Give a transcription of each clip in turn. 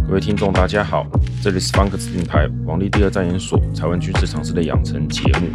各位听众大家好，这里是方格子品牌王立第二战研所台湾军事常识的养成节目。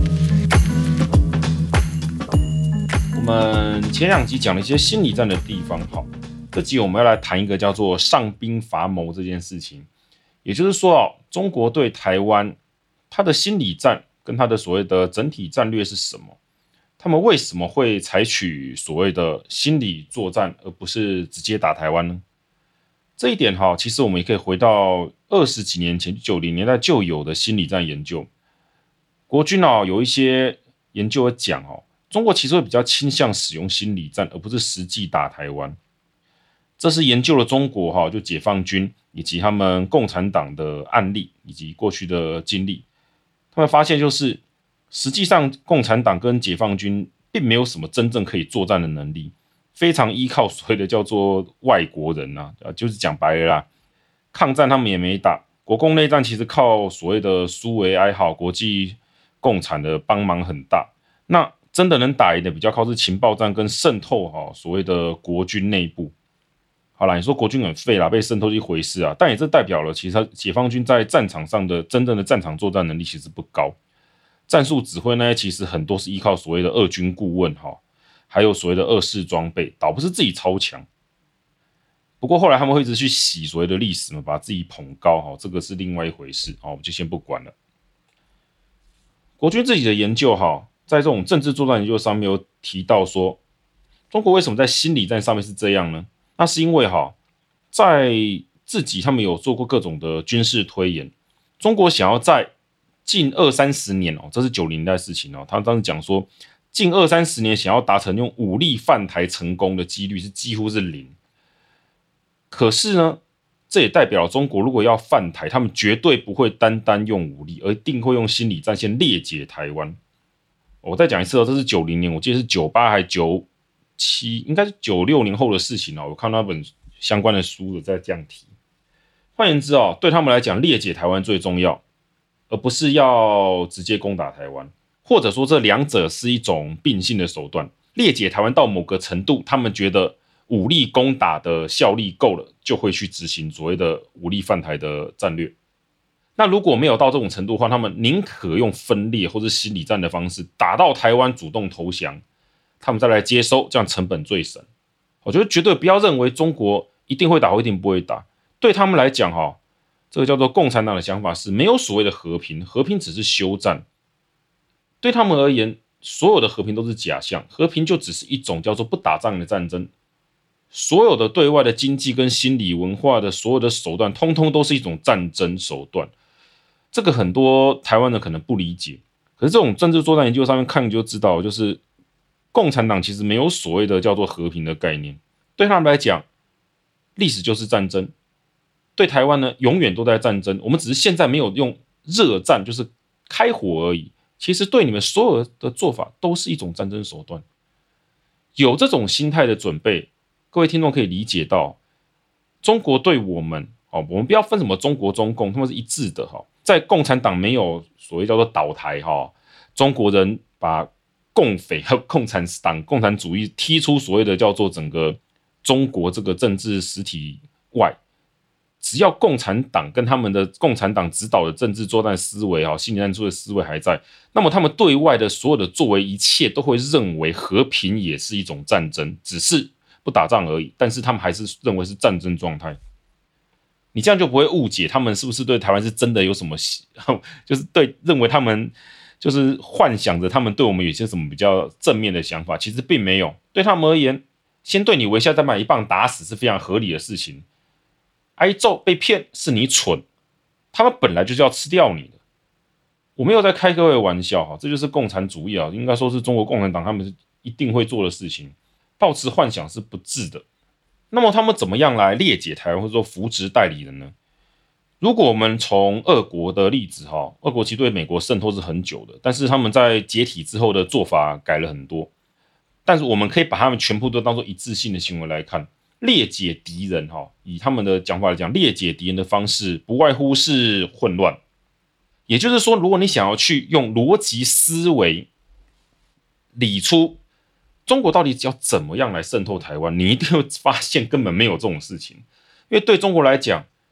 我们前两集讲了一些心理战的地方，好，这集我们要来谈一个叫做上兵伐谋这件事情。也就是说中国对台湾它的心理战跟它的所谓的整体战略是什么？他们为什么会采取所谓的心理作战，而不是直接打台湾呢？这一点其实我们也可以回到20几年前90年代就有的心理战研究。国军有一些研究讲中国其实会比较倾向使用心理战，而不是实际打台湾。这是研究了中国就解放军以及他们共产党的案例以及过去的经历。他们发现就是实际上共产党跟解放军并没有什么真正可以作战的能力，非常依靠所谓的叫做外国人就是讲白了啦，抗战他们也没打，国共内战其实靠所谓的苏维埃国际共产的帮忙很大。那真的能打赢的比较靠是情报战跟渗透所谓的国军内部。好啦，你说国军很废啦，被渗透是一回事但也这代表了其实解放军在战场上的真正的战场作战能力其实不高，战术指挥那些其实很多是依靠所谓的二军顾问还有所谓的二式装备，倒不是自己超强。不过后来他们会一直去洗所谓的历史嘛，把自己捧高这个是另外一回事我们就先不管了。国军自己的研究在这种政治作战研究上面有提到说，中国为什么在心理战上面是这样呢？那是因为在自己他们有做过各种的军事推演，中国想要在近20-30年这是90年代的事情他当时讲说近20-30年想要达成用武力犯台成功的几率是几乎是0。可是呢，这也代表中国如果要犯台，他们绝对不会单单用武力，而一定会用心理战线裂解台湾。我再讲一次这是90年，我记得是98还97，应该是96年后的事情我看到那本相关的书有在这样提。换言之对他们来讲，裂解台湾最重要，而不是要直接攻打台湾，或者说这两者是一种并行的手段。裂解台湾到某个程度，他们觉得武力攻打的效力够了，就会去执行所谓的武力犯台的战略。那如果没有到这种程度的话，他们宁可用分裂或是心理战的方式打到台湾主动投降，他们再来接收，这样成本最省。我觉得绝对不要认为中国一定会打或一定不会打，对他们来讲这个叫做共产党的想法是没有所谓的和平，和平只是休战。对他们而言，所有的和平都是假象，和平就只是一种叫做不打仗的战争。所有的对外的经济跟心理文化的所有的手段，通通都是一种战争手段。这个很多台湾人可能不理解，可是这种政治作战研究上面看就知道，就是共产党其实没有所谓的叫做和平的概念。对他们来讲，历史就是战争。对台湾呢，永远都在战争，我们只是现在没有用热战，就是开火而已。其实对你们所有的做法都是一种战争手段。有这种心态的准备，各位听众可以理解到，中国对我们我们不要分什么中国中共，他们是一致的在共产党没有所谓叫做倒台中国人把共匪和共产党共产主义踢出所谓的叫做整个中国这个政治实体外，只要共产党跟他们的共产党指导的政治作战思维心理战术的思维还在，那么他们对外的所有的作为一切都会认为和平也是一种战争，只是不打仗而已，但是他们还是认为是战争状态。你这样就不会误解他们是不是对台湾是真的有什么就是认为他们就是幻想着他们对我们有些什么比较正面的想法，其实并没有。对他们而言，先对你微笑再把一棒打死是非常合理的事情。挨揍被骗是你蠢，他们本来就是要吃掉你的。我没有在开各位玩笑这就是共产主义应该说是中国共产党他们一定会做的事情。抱持幻想是不智的。那么他们怎么样来裂解台湾，或者说扶植代理人呢？如果我们从俄国的例子俄国其实对美国渗透是很久的，但是他们在解体之后的做法改了很多。但是我们可以把他们全部都当作一致性的行为来看。裂解敌人以他们的讲法来讲，裂解敌人的方式不外乎是混乱。也就是说，如果你想要去用逻辑思维理出中国到底要怎么样来渗透台湾，你一定会发现根本没有这种事情。因为对中国来讲，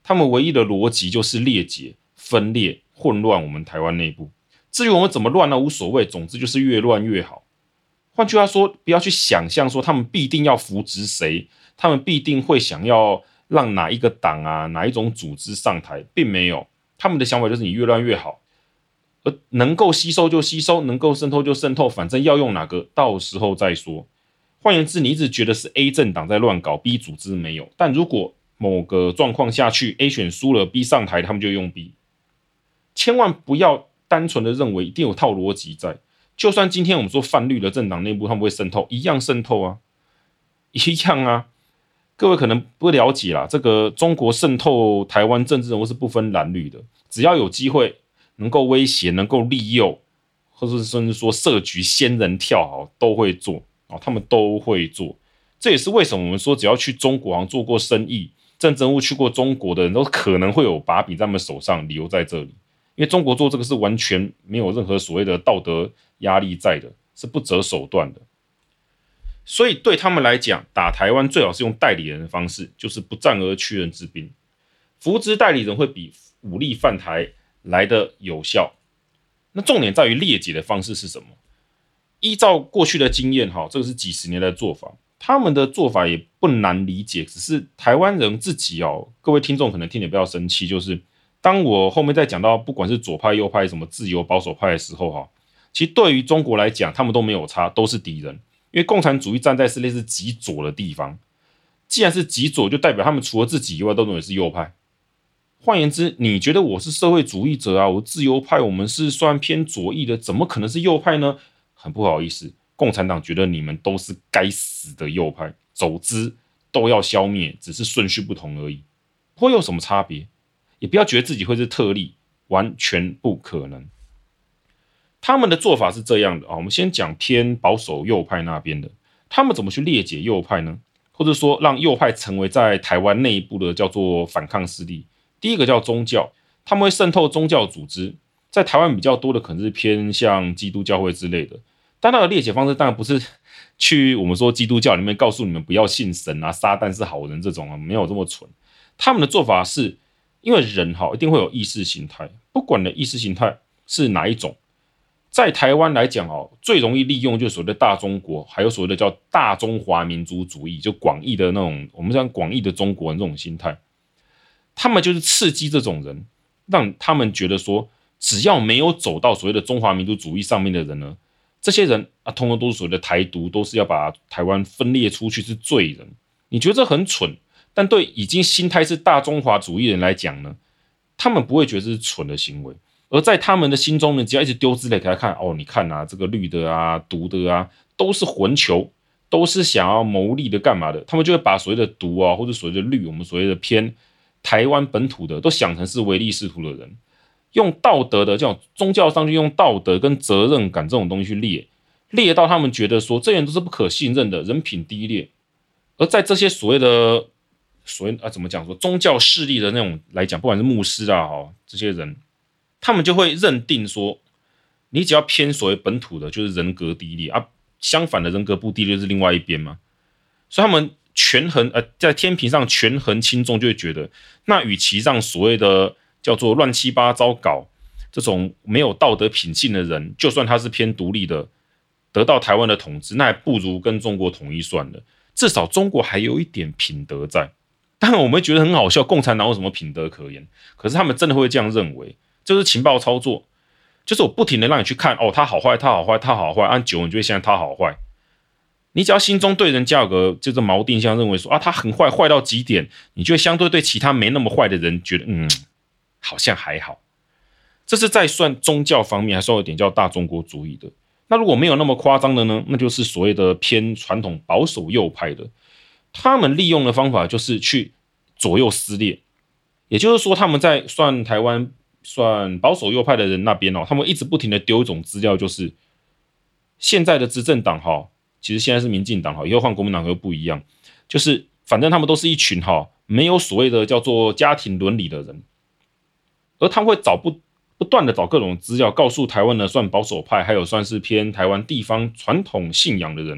他们唯一的逻辑就是裂解、分裂、混乱我们台湾内部。至于我们怎么乱呢，无所谓，总之就是越乱越好。换句话说，不要去想象说他们必定要扶植谁，他们必定会想要让哪一个党啊、哪一种组织上台，并没有。他们的想法就是你越乱越好，而能够吸收就吸收，能够渗透就渗透，反正要用哪个，到时候再说。换言之，你一直觉得是 A 政党在乱搞 ，B 组织没有。但如果某个状况下去 ，A 选输了 ，B 上台，他们就用 B。千万不要单纯的认为一定有套逻辑在。就算今天我们说泛绿的政党内部他们会渗透，一样渗透啊，一样啊。各位可能不了解啦，这个中国渗透台湾政治人物是不分蓝绿的，只要有机会能够威胁、能够利诱，或者甚至说设局仙人跳好，都会做哦，他们都会做。这也是为什么我们说，只要去中国做过生意、政治人物去过中国的人都可能会有把柄在他们手上，理由在这里。因为中国做这个是完全没有任何所谓的道德压力在的，是不择手段的。所以对他们来讲，打台湾最好是用代理人的方式，就是不战而屈人之兵。扶植代理人会比武力犯台来的有效。那重点在于裂解的方式是什么？依照过去的经验，这个是几十年的做法，他们的做法也不难理解，只是台湾人自己各位听众可能听得不要生气，就是当我后面再讲到不管是左派右派什么自由保守派的时候，其实对于中国来讲他们都没有差，都是敌人。因为共产主义站在是类似极左的地方，既然是极左，就代表他们除了自己以外都认为是右派。换言之，你觉得我是社会主义者啊，我自由派，我们是算偏左翼的，怎么可能是右派呢？很不好意思，共产党觉得你们都是该死的右派，走之都要消灭，只是顺序不同而已。会有什么差别？也不要觉得自己会是特例，完全不可能。他们的做法是这样的我们先讲偏保守右派那边的，他们怎么去裂解右派呢？或者说让右派成为在台湾内部的叫做反抗势力。第一个叫宗教，他们会渗透宗教组织，在台湾比较多的可能是偏向基督教会之类的。但那个裂解方式当然不是去我们说基督教里面告诉你们不要信神啊，撒旦是好人这种没有这么蠢。他们的做法是，因为人一定会有意识形态，不管你的意识形态是哪一种。在台湾来讲最容易利用就是所谓的大中国，还有所谓的叫大中华民族主义，就广义的那种我们讲广义的中国人这种心态，他们就是刺激这种人，让他们觉得说，只要没有走到所谓的中华民族主义上面的人呢，这些人通通都是所谓的台独，都是要把台湾分裂出去，是罪人。你觉得这很蠢，但对已经心态是大中华主义人来讲呢，他们不会觉得这是蠢的行为。而在他们的心中呢，只要一直丢资料给他看你看这个绿的啊、毒的啊，都是混球，都是想要牟利的干嘛的，他们就会把所谓的毒或者所谓的绿，我们所谓的偏台湾本土的，都想成是唯利是图的人，用道德的这种宗教上去用道德跟责任感这种东西去列到他们觉得说这些人都是不可信任的，人品低劣。而在这些所谓怎么讲说宗教势力的那种来讲，不管是牧师这些人，他们就会认定说，你只要偏所谓本土的，就是人格低劣相反的人格不低劣就是另外一边嘛。所以他们权衡在天平上权衡轻重，就会觉得，那与其让所谓的叫做乱七八糟搞这种没有道德品性的人，就算他是偏独立的，得到台湾的统治，那还不如跟中国统一算了。至少中国还有一点品德在。当然我们会觉得很好笑，共产党有什么品德可言？可是他们真的会这样认为。就是情报操作，就是我不停的让你去看他好坏，他好坏，他好坏，按久你就会现在他好坏。你只要心中对人家有个就是锚定向，认为说他很坏，坏到极点，你就会相对对其他没那么坏的人觉得好像还好。这是在算宗教方面还算有点叫大中国主义的。那如果没有那么夸张的呢，那就是所谓的偏传统保守右派的，他们利用的方法就是去左右撕裂。也就是说他们在算台湾算保守右派的人那边他们一直不停的丢一种资料，就是现在的执政党其实现在是民进党以后换国民党又不一样，就是反正他们都是一群没有所谓的叫做家庭伦理的人，而他们会不断的找各种资料，告诉台湾的算保守派还有算是偏台湾地方传统信仰的人，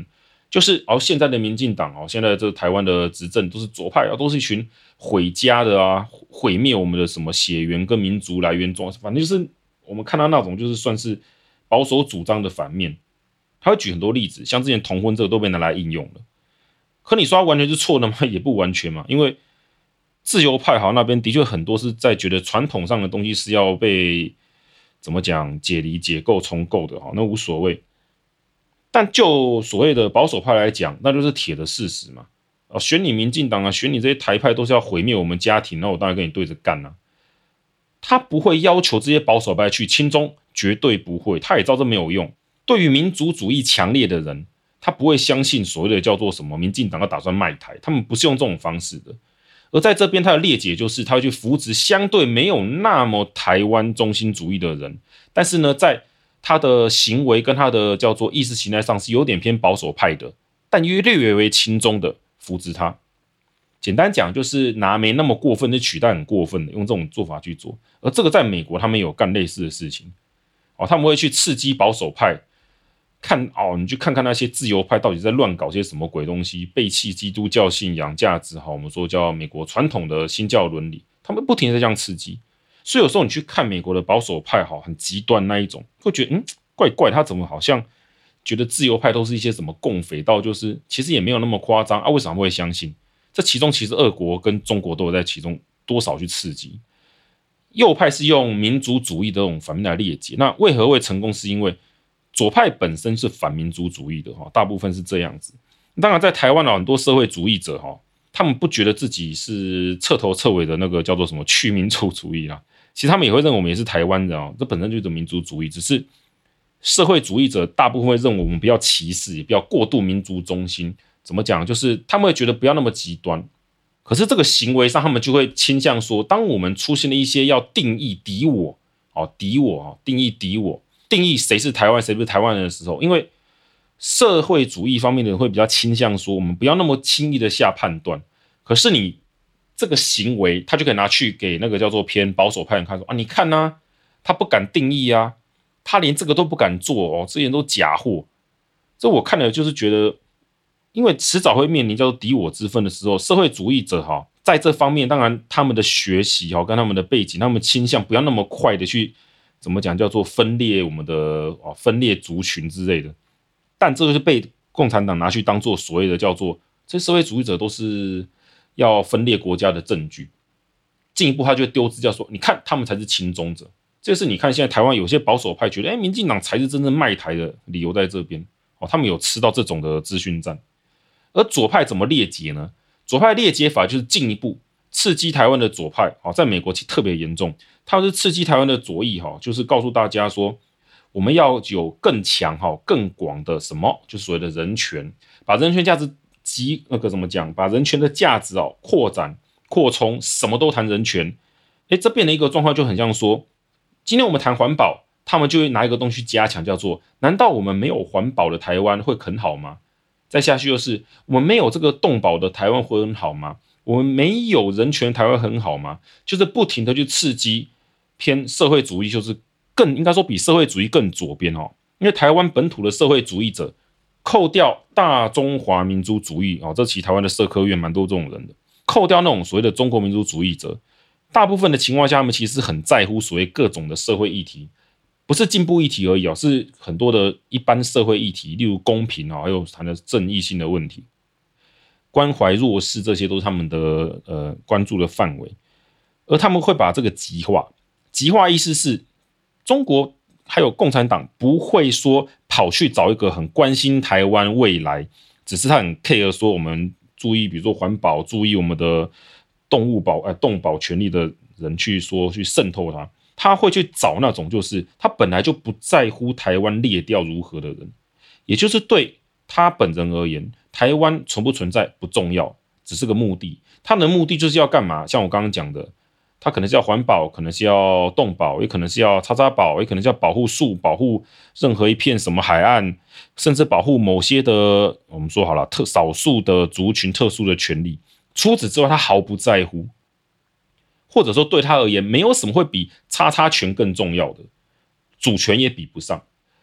就是现在的民进党现在这台湾的执政都是左派都是一群毁家的毁灭我们的什么血缘跟民族来源中，反正就是我们看到那种就是算是保守主张的反面。他会举很多例子，像之前同婚这个都被拿来应用了。可你说他完全是错的吗？也不完全嘛，因为自由派那边的确很多是在觉得传统上的东西是要被怎么讲解离解构重构的那无所谓。但就所谓的保守派来讲，那就是铁的事实嘛。选你民进党选你这些台派都是要毁灭我们家庭，那我当然跟你对着干啊。他不会要求这些保守派去亲中，绝对不会，他也知道这没有用。对于民族主义强烈的人，他不会相信所谓的叫做什么民进党要打算卖台，他们不是用这种方式的。而在这边他的列解就是他会去扶植相对没有那么台湾中心主义的人，但是呢在他的行为跟他的叫做意识形态上是有点偏保守派的，但略为亲中的扶植他。简单讲就是拿没那么过分的取代很过分的，用这种做法去做。而这个在美国他们有干类似的事情他们会去刺激保守派，看你去看看那些自由派到底在乱搞些什么鬼东西，背弃基督教信仰价值我们说叫美国传统的新教伦理，他们不停地这样刺激。所以有时候你去看美国的保守派很极端那一种，会觉得怪怪，他怎么好像觉得自由派都是一些什么共匪到就是其实也没有那么夸张为什么会相信？这其中其实俄国跟中国都有在其中多少去刺激。右派是用民族主义的这种反面来列解，那为何会成功？是因为左派本身是反民族主义的大部分是这样子。当然在台湾很多社会主义者他们不觉得自己是彻头彻尾的那个叫做什么去民族主义啦，其实他们也会认为我们也是台湾人这本身就是民族主义，只是社会主义者大部分会认为我们不要歧视，也不要过度民族中心。怎么讲？就是他们会觉得不要那么极端，可是这个行为上他们就会倾向说，当我们出现了一些要定义敌我定义敌我，定义谁是台湾谁不是台湾人的时候，因为社会主义方面的人会比较倾向说我们不要那么轻易的下判断，可是你这个行为他就可以拿去给那个叫做偏保守派人看说你看他不敢定义他连这个都不敢做这些人都假货。这我看了就是觉得，因为迟早会面临叫做敌我之分的时候，社会主义者在这方面当然他们的学习跟他们的背景，他们倾向不要那么快的去怎么讲叫做分裂我们的分裂族群之类的，但这就是被共产党拿去当做所谓的叫做这些社会主义者都是要分裂国家的证据。进一步他就会丢资料说，你看他们才是亲中者。这是你看现在台湾有些保守派觉得民进党才是真正卖台的理由在这边他们有吃到这种的资讯战。而左派怎么列解呢？左派列解法就是进一步刺激台湾的左派在美国其实特别严重，他是刺激台湾的左翼就是告诉大家说我们要有更强更广的什么，就是所谓的人权，把人权价值怎么讲，把人权的价值扩展扩充，什么都谈人权。这变的一个状况就很像说，今天我们谈环保，他们就会拿一个东西加强，叫做难道我们没有环保的台湾会很好吗？再下去就是我们没有这个动保的台湾会很好吗？我们没有人权台湾很好吗？就是不停的去刺激偏社会主义，就是更应该说比社会主义更左边因为台湾本土的社会主义者扣掉大中华民族主义这其实台湾的社科院蛮多这种人的，扣掉那种所谓的中国民族主义者，大部分的情况下他们其实很在乎所谓各种的社会议题，不是进步议题而已是很多的一般社会议题，例如公平还有谈的正义性的问题，关怀弱势，这些都是他们的关注的范围。而他们会把这个极化意思是中国还有共产党不会说跑去找一个很关心台湾未来，只是他很 care 说我们注意比如说环保，注意我们的动保权利的人去渗透他，他会去找那种就是他本来就不在乎台湾裂掉如何的人，也就是对他本人而言，台湾存不存在不重要，只是个目的。他的目的就是要干嘛？像我刚刚讲的，他可能是要环保，可能是要动保，也可能是要叉叉保，也可能是要保护树，保护任何一片什么海岸，甚至保护某些的我们说好了少数的族群特殊的权利。除此之外，他毫不在乎。或者说对他而言没有什么会比叉叉权更重要的，主权也比不上。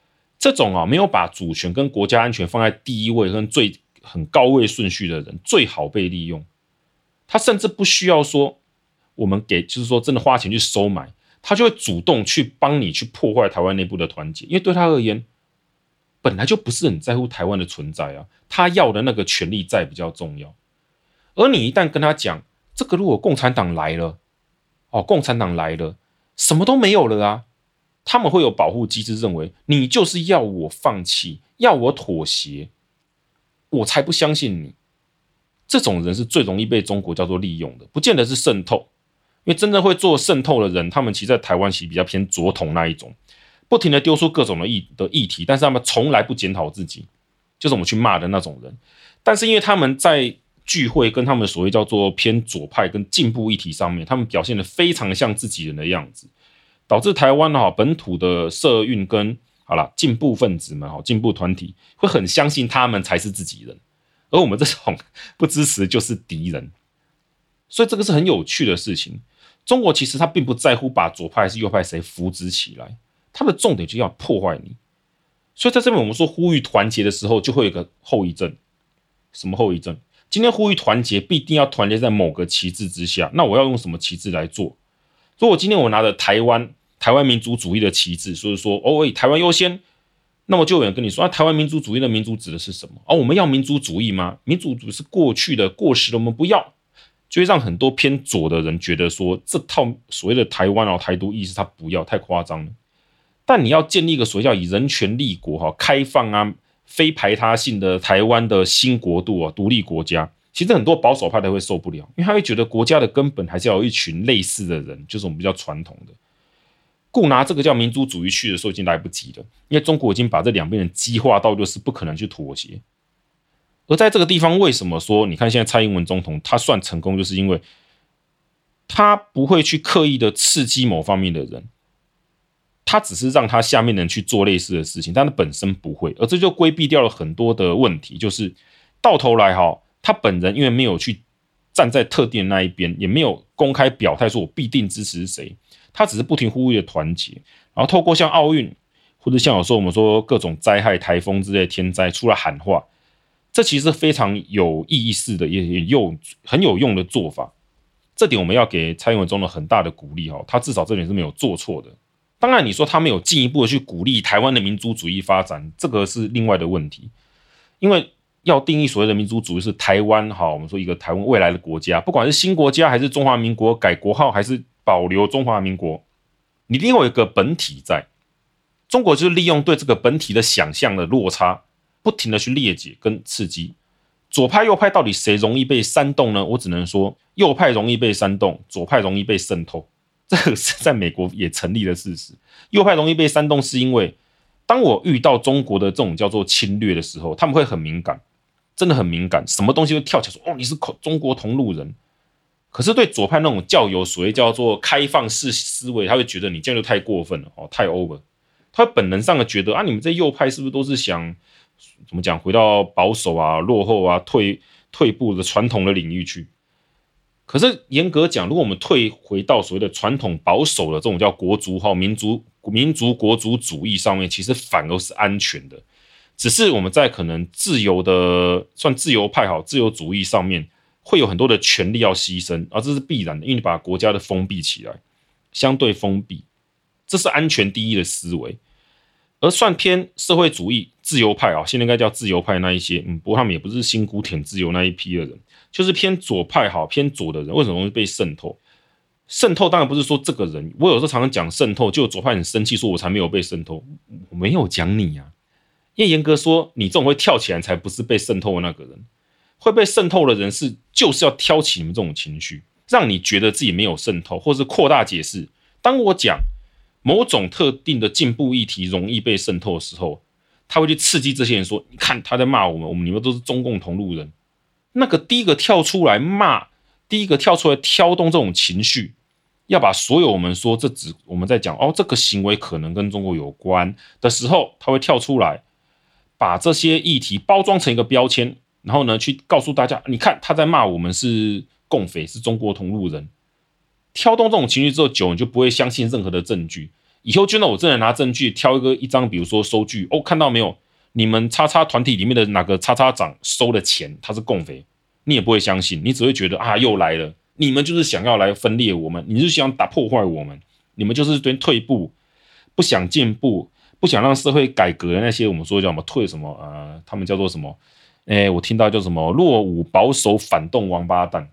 这种没有把主权跟国家安全放在第一位跟很高位顺序的人，最好被利用。他甚至不需要说我们就是说真的花钱去收买，他就会主动去帮你去破坏台湾内部的团结，因为对他而言，本来就不是很在乎台湾的存在啊，他要的那个权力在比较重要。而你一旦跟他讲，这个如果共产党来了，共产党来了，什么都没有了啊，他们会有保护机制，认为你就是要我放弃，要我妥协，我才不相信你。这种人是最容易被中国叫做利用的，不见得是渗透，因为真正会做渗透的人，他们其实在台湾其实比较偏左统那一种，不停的丢出各种的议题，但是他们从来不检讨自己，就是我们去骂的那种人。但是因为他们在聚会跟他们所谓叫做偏左派跟进步议题上面，他们表现得非常像自己人的样子，导致台湾本土的社运跟进步分子们进步团体会很相信他们才是自己人，而我们这种不支持就是敌人。所以这个是很有趣的事情。中国其实他并不在乎把左派还是右派谁扶植起来，他的重点就要破坏你。所以在这边我们说呼吁团结的时候，就会有一个后遗症。什么后遗症？今天呼吁团结，必定要团结在某个旗帜之下。那我要用什么旗帜来做？如果今天我拿着台湾民族主义的旗帜，所以说台湾优先，那么就有人跟你说台湾民族主义的民族指的是什么？我们要民族主义吗？民族主义是过去的过时的，我们不要，就会让很多偏左的人觉得说这套所谓的台湾台独意识他不要，太夸张了。但你要建立一个所谓叫以人权立国开放非排他性的台湾的新国度独立国家，其实很多保守派都会受不了，因为他会觉得国家的根本还是要有一群类似的人，就是我们比较传统的。故拿这个叫民族主义去的时候已经来不及了，因为中国已经把这两边人激化到就是不可能去妥协。而在这个地方，为什么说你看现在蔡英文总统他算成功，就是因为他不会去刻意的刺激某方面的人，他只是让他下面的人去做类似的事情，但他本身不会，而这就规避掉了很多的问题，就是到头来他本人因为没有去站在特定的那一边，也没有公开表态说我必定支持谁，他只是不停呼吁的团结，然后透过像奥运或者像有时候我们说各种灾害、台风之类的天灾出来喊话，这其实非常有意思的，也很有用的做法。这点我们要给蔡英文总统很大的鼓励，他至少这点是没有做错的。当然你说他没有进一步的去鼓励台湾的民族主义发展，这个是另外的问题。因为要定义所谓的民族主义是台湾，我们说一个台湾未来的国家，不管是新国家还是中华民国改国号还是保留中华民国，你一定有一个本体在。中国就是利用对这个本体的想象的落差，不停的去裂解跟刺激。左派右派到底谁容易被煽动呢？我只能说右派容易被煽动，左派容易被渗透，这个是在美国也成立的事实。右派容易被煽动是因为当我遇到中国的这种叫做侵略的时候，他们会很敏感，真的很敏感，什么东西都跳起来说你是中国同路人。可是对左派那种较有所谓叫做开放式思维，他会觉得你这样就太过分了，太 over。他会本能上的觉得你们这右派是不是都是想怎么讲，回到保守落后退步的传统的领域去。可是严格讲，如果我们退回到所谓的传统保守的这种叫国族民族国族主义上面，其实反而是安全的。只是我们在可能自由的算自由派自由主义上面会有很多的权利要牺牲，这是必然的，因为你把国家的封闭起来，相对封闭，这是安全第一的思维。而算偏社会主义自由派现在应该叫自由派那一些，不过他们也不是辛苦舔自由那一批的人，就是偏左派偏左的人，为什么容易被渗透？渗透当然不是说这个人，我有时候常常讲渗透，就左派很生气说我才没有被渗透，我没有讲你啊。因为严格说你这种会跳起来才不是被渗透的那个人，会被渗透的人就是要挑起你们这种情绪，让你觉得自己没有渗透，或是扩大解释。当我讲某种特定的进步议题容易被渗透的时候，他会去刺激这些人说你看他在骂我们你们都是中共同路人。那个第一个跳出来骂，第一个跳出来挑动这种情绪，要把所有我们说我们在讲这个行为可能跟中国有关的时候，他会跳出来把这些议题包装成一个标签，然后呢去告诉大家你看他在骂我们是共匪，是中国同路人。挑动这种情绪之后，久你就不会相信任何的证据， 以后就让我真的拿证据挑一张，比如说收据看到没有，你们叉叉团体里面的哪个叉叉长收了钱，他是共匪，你也不会相信，你只会觉得又来了，你们就是想要来分裂我们，你是想破坏我们，你们就是退步，不想进步，不想让社会改革的那些我们说叫什么退什么他们叫做什么？我听到叫什么落伍保守反动王八蛋。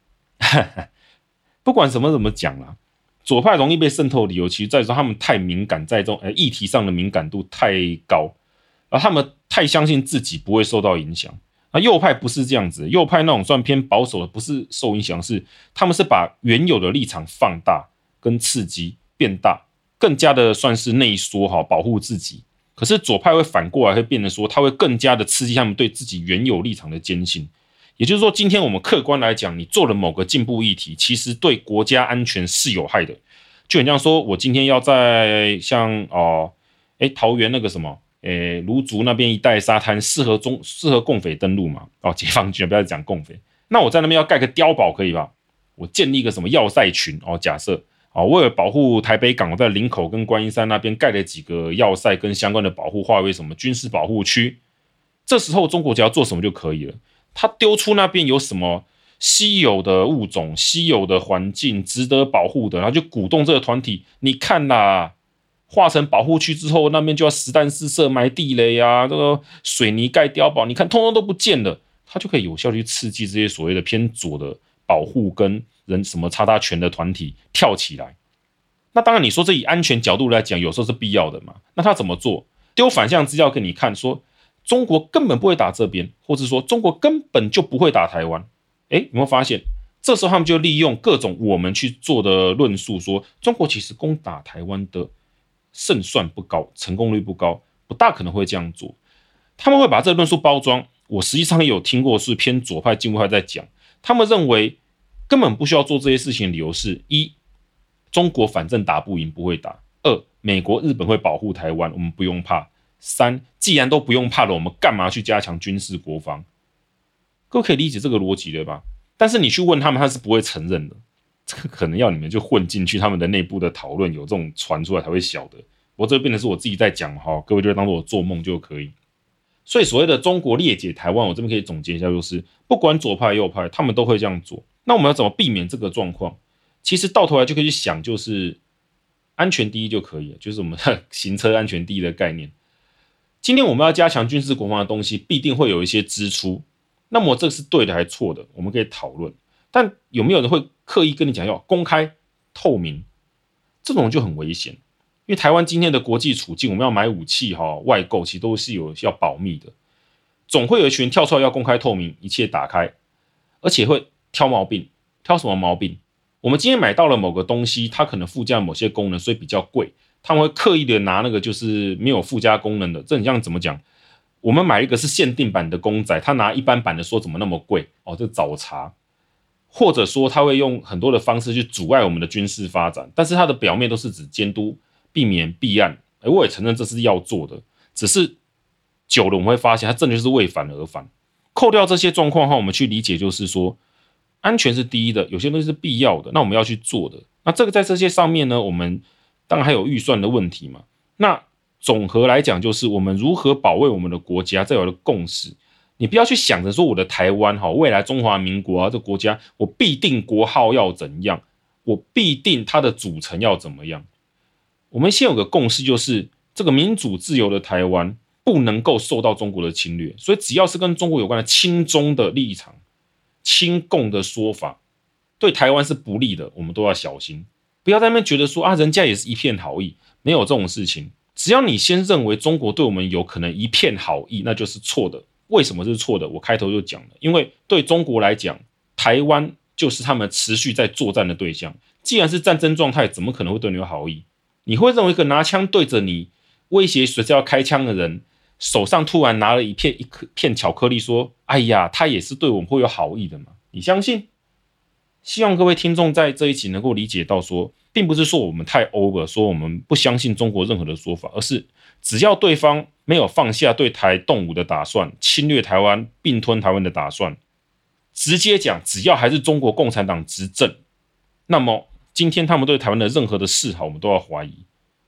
不管怎么讲啦，左派容易被渗透的理由，其实在于说他们太敏感，在这种议题上的敏感度太高，而他们太相信自己不会受到影响。那右派不是这样子，右派那种算偏保守的，不是受影响，是他们是把原有的立场放大跟刺激变大，更加的算是内缩保护自己。可是左派会反过来会变得说，他会更加的刺激他们对自己原有立场的坚信。也就是说，今天我们客观来讲，你做了某个进步议题，其实对国家安全是有害的。就很像说，我今天要在像桃园那个什么芦竹那边一带沙滩适合共匪登陆嘛？解放军不要讲共匪，那我在那边要盖个碉堡可以吧？我建立一个什么要塞群假设为了保护台北港，我在林口跟观音山那边盖了几个要塞跟相关的保护，划为什么军事保护区。这时候中国只要做什么就可以了，他丢出那边有什么稀有的物种、稀有的环境值得保护的，然后就鼓动这个团体，你看啦，划成保护区之后，那边就要实弹试射、埋地雷啊，这个水泥盖碉堡，你看通通都不见了，他就可以有效去刺激这些所谓的偏左的保护跟人什么叉叉权的团体跳起来。那当然你说这以安全角度来讲，有时候是必要的嘛。那他怎么做？丢反向资料给你看，说中国根本不会打这边，或者说中国根本就不会打台湾。有没有发现？这时候他们就利用各种我们去做的论述，说中国其实攻打台湾的胜算不高，成功率不高，不大可能会这样做。他们会把这个论述包装。我实际上也有听过是偏左派进步派在讲，他们认为根本不需要做这些事情的理由是：一，中国反正打不赢不会打；二，美国日本会保护台湾，我们不用怕；三，既然都不用怕了，我们干嘛去加强军事国防？各位可以理解这个逻辑对吧？但是你去问他们，他是不会承认的。这个可能要你们就混进去他们的内部的讨论，有这种传出来才会晓得。我这变成是我自己在讲各位就当作我做梦就可以。所以所谓的中国裂解台湾，我这边可以总结一下，就是不管左派右派，他们都会这样做。那我们要怎么避免这个状况？其实到头来就可以去想，就是安全第一就可以了，就是我们行车安全第一的概念。今天我们要加强军事国防的东西，必定会有一些支出。那么这是对的还是错的？我们可以讨论。但有没有人会刻意跟你讲要公开透明？这种就很危险。因为台湾今天的国际处境，我们要买武器外购，其实都是要保密的。总会有一群人跳出来要公开透明，一切打开，而且会挑毛病。挑什么毛病？我们今天买到了某个东西，它可能附加某些功能，所以比较贵。他们会刻意的拿那个就是没有附加功能的，这很像怎么讲？我们买一个是限定版的公仔，他拿一般版的说怎么那么贵这找茬。或者说他会用很多的方式去阻碍我们的军事发展，但是他的表面都是指监督、避免弊案。我也承认这是要做的，只是久了我们会发现，它真的就是为反而反。扣掉这些状况后，我们去理解就是说，安全是第一的，有些东西是必要的，那我们要去做的。那这个在这些上面呢，我们当然还有预算的问题嘛。那总和来讲，就是我们如何保卫我们的国家，这有的共识。你不要去想着说我的台湾未来中华民国这国家，我必定国号要怎样，我必定它的组成要怎么样。我们先有个共识，就是这个民主自由的台湾不能够受到中国的侵略，所以只要是跟中国有关的亲中的立场、亲共的说法，对台湾是不利的，我们都要小心。不要在那边觉得说人家也是一片好意，没有这种事情。只要你先认为中国对我们有可能一片好意，那就是错的。为什么是错的？我开头就讲了，因为对中国来讲，台湾就是他们持续在作战的对象。既然是战争状态，怎么可能会对你有好意？你会认为一个拿枪对着你威胁随时要开枪的人，手上突然拿了一片巧克力说哎呀，他也是对我们会有好意的吗？你相信？希望各位听众在这一集能够理解到说，并不是说我们太 over， 说我们不相信中国任何的说法，而是只要对方没有放下对台动武的打算，侵略台湾、并吞台湾的打算，直接讲，只要还是中国共产党执政，那么今天他们对台湾的任何的示好，我们都要怀疑。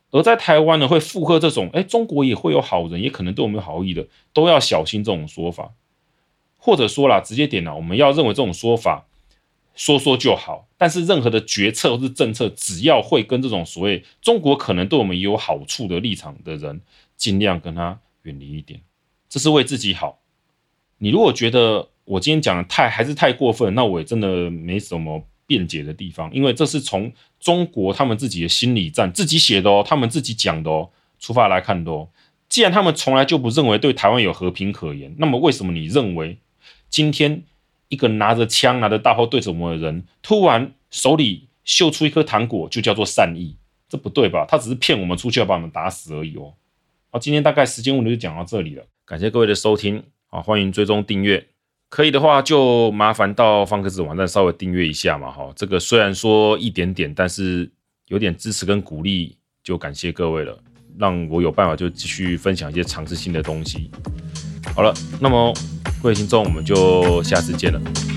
而在台湾呢，会附和这种，中国也会有好人，也可能对我们有好意的，都要小心这种说法。或者说啦，直接点啦，我们要认为这种说法说说就好，但是任何的决策或是政策，只要会跟这种所谓中国可能对我们也有好处的立场的人，尽量跟他远离一点，这是为自己好。你如果觉得我今天讲的还是太过分，那我也真的没什么辩解的地方，因为这是从中国他们自己的心理战自己写的哦，他们自己讲的哦，出发来看的哦。既然他们从来就不认为对台湾有和平可言，那么为什么你认为今天一个拿着枪拿着大炮对着我们的人，突然手里秀出一颗糖果就叫做善意？这不对吧？他只是骗我们出去要把我们打死而已哦。好，今天大概时间问题就讲到这里了，感谢各位的收听，好，欢迎追踪订阅，可以的话就麻烦到方格子网站稍微订阅一下嘛，这个虽然说一点点，但是有点支持跟鼓励，就感谢各位了，让我有办法就继续分享一些尝试性的东西。好了，那么各位听众，我们就下次见了。